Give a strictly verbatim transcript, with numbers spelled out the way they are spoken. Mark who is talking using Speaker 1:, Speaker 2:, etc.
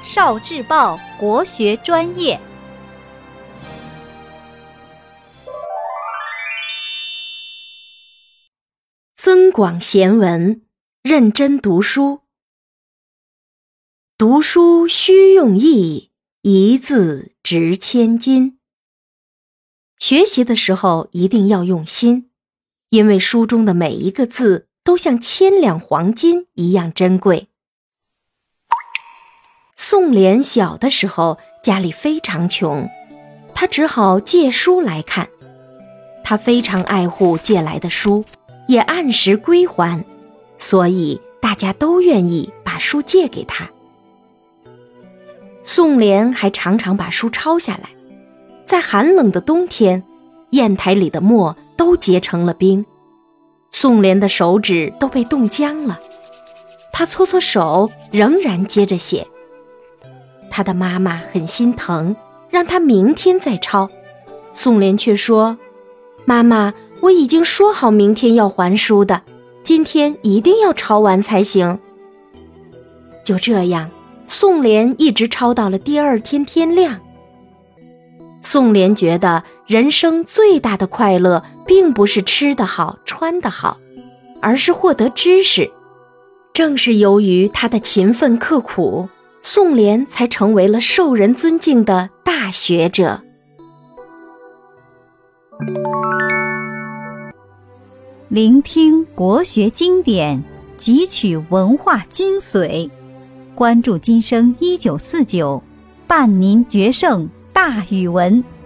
Speaker 1: 少智报国学专业。
Speaker 2: 增广贤文，认真读书。读书须用意，一字值千金。学习的时候一定要用心，因为书中的每一个字都像千两黄金一样珍贵。宋濂小的时候家里非常穷，他只好借书来看。他非常爱护借来的书，也按时归还，所以大家都愿意把书借给他。宋濂还常常把书抄下来，在寒冷的冬天，砚台里的墨都结成了冰，宋濂的手指都被冻僵了，他搓搓手，仍然接着写。他的妈妈很心疼，让他明天再抄。宋濂却说：“妈妈，我已经说好明天要还书的，今天一定要抄完才行。”就这样，宋濂一直抄到了第二天天亮。宋濂觉得人生最大的快乐并不是吃得好穿得好，而是获得知识。正是由于他的勤奋刻苦，宋濂才成为了受人尊敬的大学者。
Speaker 1: 聆听国学经典，汲取文化精髓，关注今生一九四九，伴您决胜大语文。